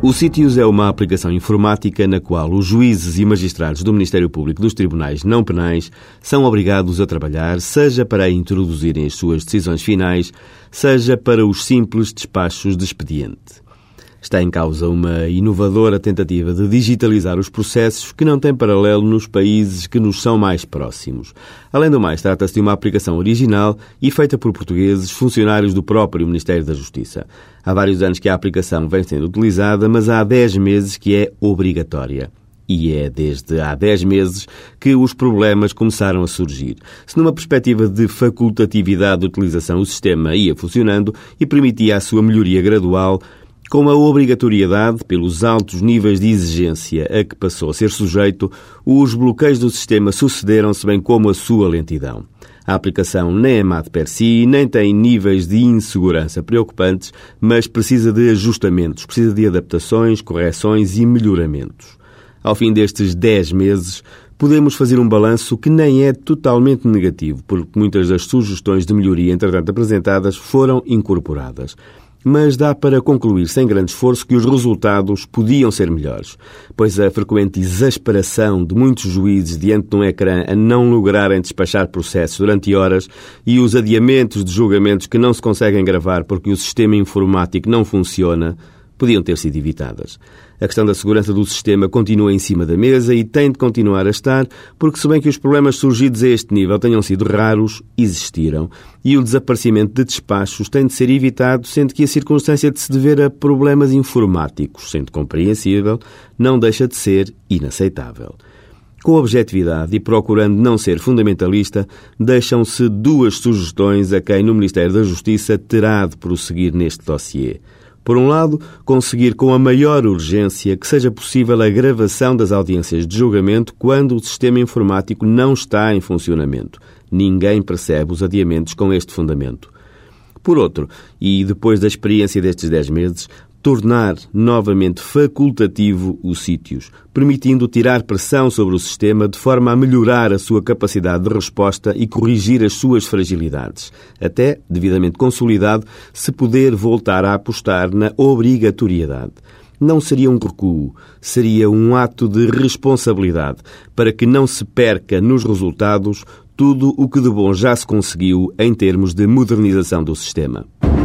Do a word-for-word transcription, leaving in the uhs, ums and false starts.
O Sítios é uma aplicação informática na qual os juízes e magistrados do Ministério Público dos Tribunais Não Penais são obrigados a trabalhar, seja para introduzirem as suas decisões finais, seja para os simples despachos de expediente. Está em causa uma inovadora tentativa de digitalizar os processos que não tem paralelo nos países que nos são mais próximos. Além do mais, trata-se de uma aplicação original e feita por portugueses, funcionários do próprio Ministério da Justiça. Há vários anos que a aplicação vem sendo utilizada, mas há dez meses que é obrigatória. E é desde há dez meses que os problemas começaram a surgir. Se numa perspectiva de facultatividade de utilização o sistema ia funcionando e permitia a sua melhoria gradual, com a obrigatoriedade, pelos altos níveis de exigência a que passou a ser sujeito, os bloqueios do sistema sucederam-se bem como a sua lentidão. A aplicação nem é má de per si, nem tem níveis de insegurança preocupantes, mas precisa de ajustamentos, precisa de adaptações, correções e melhoramentos. Ao fim destes dez meses, podemos fazer um balanço que nem é totalmente negativo, porque muitas das sugestões de melhoria entretanto apresentadas foram incorporadas. Mas dá para concluir sem grande esforço que os resultados podiam ser melhores, pois a frequente exasperação de muitos juízes diante de um ecrã a não lograrem despachar processos durante horas e os adiamentos de julgamentos que não se conseguem gravar porque o sistema informático não funciona, podiam ter sido evitadas. A questão da segurança do sistema continua em cima da mesa e tem de continuar a estar, porque se bem que os problemas surgidos a este nível tenham sido raros, existiram, e o desaparecimento de despachos tem de ser evitado, sendo que a circunstância de se dever a problemas informáticos, sendo compreensível, não deixa de ser inaceitável. Com objetividade e procurando não ser fundamentalista, deixam-se duas sugestões a quem no Ministério da Justiça terá de prosseguir neste dossiê. Por um lado, conseguir com a maior urgência que seja possível a gravação das audiências de julgamento quando o sistema informático não está em funcionamento. Ninguém percebe os adiamentos com este fundamento. Por outro, e depois da experiência destes dez meses, tornar novamente facultativo os sítios, permitindo tirar pressão sobre o sistema de forma a melhorar a sua capacidade de resposta e corrigir as suas fragilidades, até, devidamente consolidado, se poder voltar a apostar na obrigatoriedade. Não seria um recuo, seria um ato de responsabilidade, para que não se perca nos resultados tudo o que de bom já se conseguiu em termos de modernização do sistema.